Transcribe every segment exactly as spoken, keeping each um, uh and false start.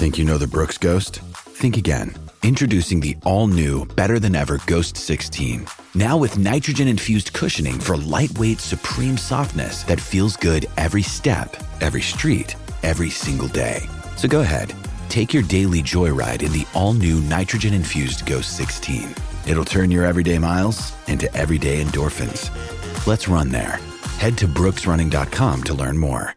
Think you know the Brooks Ghost? Think again. Introducing the all-new, better-than-ever Ghost sixteen. Now with nitrogen-infused cushioning for lightweight, supreme softness that feels good every step, every street, every single day. So go ahead, take your daily joyride in the all-new nitrogen-infused Ghost sixteen. It'll turn your everyday miles into everyday endorphins. Let's run there. Head to brooks running dot com to learn more.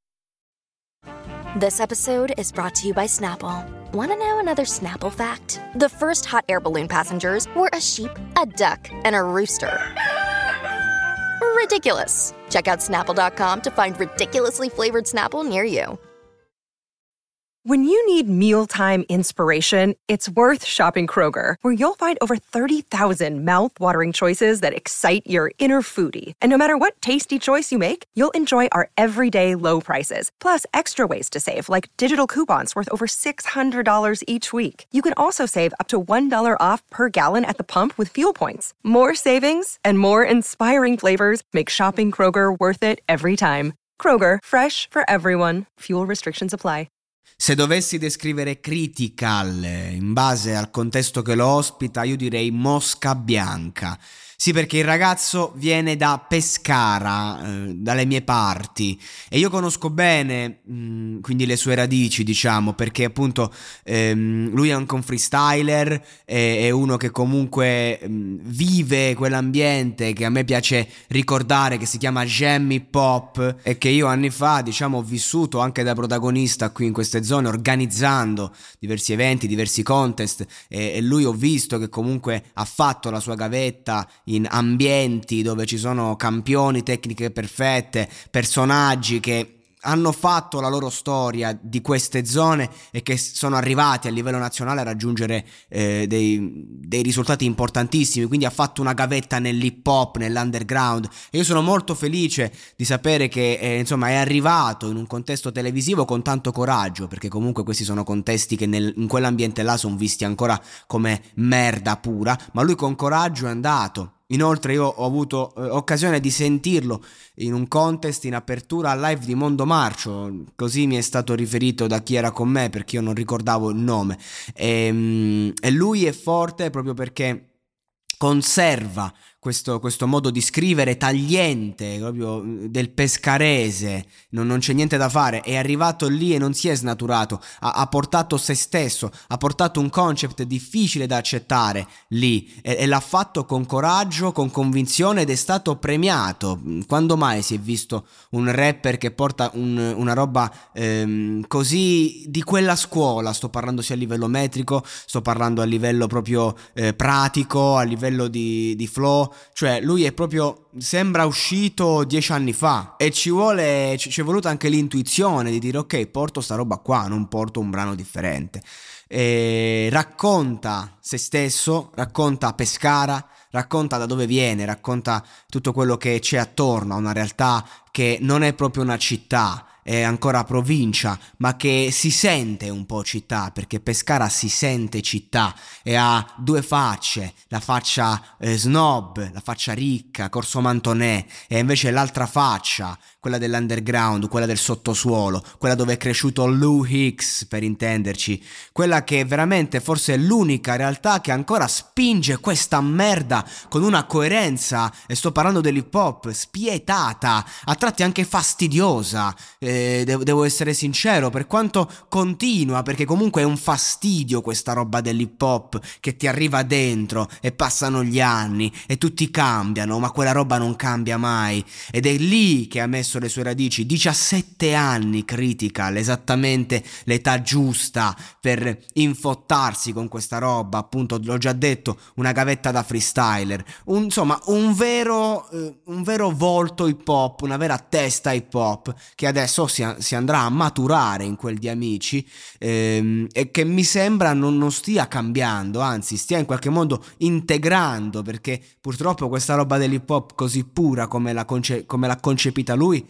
This episode is brought to you by Snapple. Want to know another Snapple fact? The first hot air balloon passengers were a sheep, a duck, and a rooster. Ridiculous. Check out snapple dot com to find ridiculously flavored Snapple near you. When you need mealtime inspiration, it's worth shopping Kroger, where you'll find over thirty thousand mouth-watering choices that excite your inner foodie. And no matter what tasty choice you make, you'll enjoy our everyday low prices, plus extra ways to save, like digital coupons worth over six hundred dollars each week. You can also save up to one dollar off per gallon at the pump with fuel points. More savings and more inspiring flavors make shopping Kroger worth it every time. Kroger, fresh for everyone. Fuel restrictions apply. Se dovessi descrivere Critical in base al contesto che lo ospita, io direi Mosca Bianca. Sì, perché il ragazzo viene da Pescara, eh, dalle mie parti, e io conosco bene mh, quindi le sue radici, diciamo, perché appunto ehm, lui è anche un freestyler, è, è uno che comunque mh, vive quell'ambiente che a me piace ricordare, che si chiama jam hip hop, e che io anni fa, diciamo, ho vissuto anche da protagonista qui in queste zone, organizzando diversi eventi, diversi contest, e, e lui ho visto che comunque ha fatto la sua gavetta in ambienti dove ci sono campioni, tecniche perfette, personaggi che hanno fatto la loro storia di queste zone e che sono arrivati a livello nazionale a raggiungere eh, dei, dei risultati importantissimi. Quindi ha fatto una gavetta nell'hip hop, nell'underground, e io sono molto felice di sapere che eh, insomma è arrivato in un contesto televisivo con tanto coraggio, perché comunque questi sono contesti che nel, in quell'ambiente là sono visti ancora come merda pura, ma lui con coraggio è andato. Inoltre io ho avuto eh, occasione di sentirlo in un contest in apertura al live di Mondo Marcio, così mi è stato riferito da chi era con me, perché io non ricordavo il nome, e, e lui è forte proprio perché conserva questo, questo modo di scrivere tagliente, proprio del pescarese, non, non c'è niente da fare, è arrivato lì e non si è snaturato, ha, ha portato se stesso, ha portato un concept difficile da accettare lì, e, e l'ha fatto con coraggio, con convinzione, ed è stato premiato. Quando mai si è visto un rapper che porta un, una roba ehm, così di quella scuola? Sto parlando sia a livello metrico, sto parlando a livello proprio eh, pratico, a livello di, di flow. Cioè lui è proprio, sembra uscito dieci anni fa, e ci vuole, ci, ci è voluta anche l'intuizione di dire ok, porto sta roba qua, non porto un brano differente. E racconta se stesso, racconta Pescara, racconta da dove viene, racconta tutto quello che c'è attorno a una realtà che non è proprio una città, è ancora provincia, ma che si sente un po' città, perché Pescara si sente città e ha due facce, la faccia eh, snob, la faccia ricca, Corso Mantonè, e invece l'altra faccia, quella dell'underground, quella del sottosuolo, quella dove è cresciuto Lou Hicks, per intenderci, quella che veramente forse è l'unica realtà che ancora spinge questa merda con una coerenza, e sto parlando dell'hip hop, spietata, a tratti anche fastidiosa. eh, Devo, devo essere sincero, per quanto continua, perché comunque è un fastidio questa roba dell'hip hop che ti arriva dentro, e passano gli anni e tutti cambiano, ma quella roba non cambia mai, ed è lì che ha messo le sue radici. Diciassette anni Critical, esattamente l'età giusta per infottarsi con questa roba, appunto l'ho già detto, una gavetta da freestyler, un, insomma un vero, eh, un vero volto hip hop, una vera testa hip hop che adesso Si, si andrà a maturare in quel di Amici, ehm, e che mi sembra non, non stia cambiando, anzi stia in qualche modo integrando, perché purtroppo questa roba dell'hip hop così pura come, la conce- come l'ha concepita lui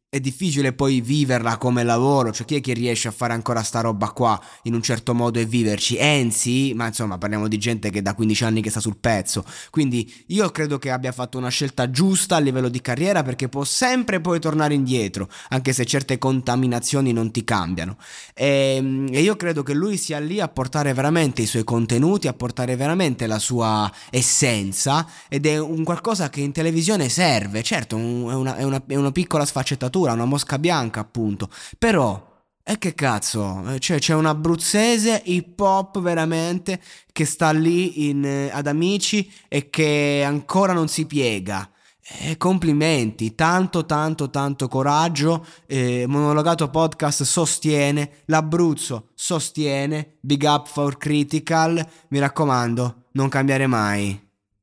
è difficile poi viverla come lavoro, cioè chi è che riesce a fare ancora sta roba qua in un certo modo e viverci? Enzi, ma insomma parliamo di gente che da quindici anni che sta sul pezzo, quindi io credo che abbia fatto una scelta giusta a livello di carriera, perché può sempre poi tornare indietro, anche se certe contaminazioni non ti cambiano, e, e io credo che lui sia lì a portare veramente i suoi contenuti, a portare veramente la sua essenza, ed è un qualcosa che in televisione serve, certo un, è, una, è, una, è una piccola sfaccettatura, una mosca bianca appunto, però e che cazzo, cioè c'è un abruzzese hip hop veramente che sta lì in, ad Amici e che ancora non si piega. Eh, complimenti, tanto tanto tanto coraggio. eh, Monologato Podcast sostiene, l'Abruzzo sostiene, big up for Critical, mi raccomando non cambiare mai,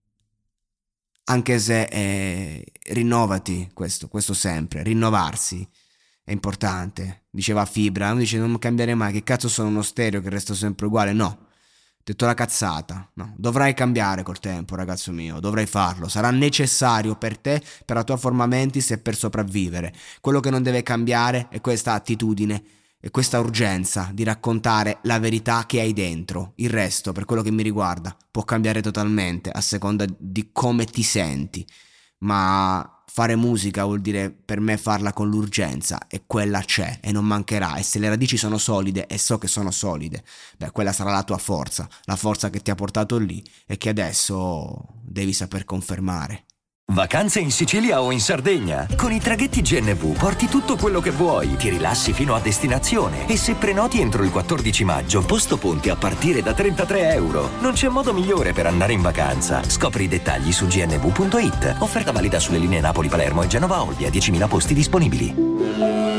anche se eh, rinnovati, questo, questo sempre, rinnovarsi è importante. Diceva Fibra, uno dice non cambiare mai, che cazzo sono uno stereo che resto sempre uguale? No, ho detto la cazzata, no, dovrai cambiare col tempo, ragazzo mio, dovrai farlo, sarà necessario per te, per la tua forma mentis e per sopravvivere. Quello che non deve cambiare è questa attitudine e questa urgenza di raccontare la verità che hai dentro. Il resto, per quello che mi riguarda, può cambiare totalmente a seconda di come ti senti, ma fare musica vuol dire per me farla con l'urgenza, e quella c'è e non mancherà, e se le radici sono solide, e so che sono solide, beh, quella sarà la tua forza, la forza che ti ha portato lì e che adesso devi saper confermare. Vacanze in Sicilia o in Sardegna? Con i traghetti G N V porti tutto quello che vuoi, ti rilassi fino a destinazione, e se prenoti entro il quattordici maggio, posto ponti a partire da trentatré euro. Non c'è modo migliore per andare in vacanza. Scopri i dettagli su g n v punto i t. Offerta valida sulle linee Napoli-Palermo e Genova-Olbia, diecimila posti disponibili.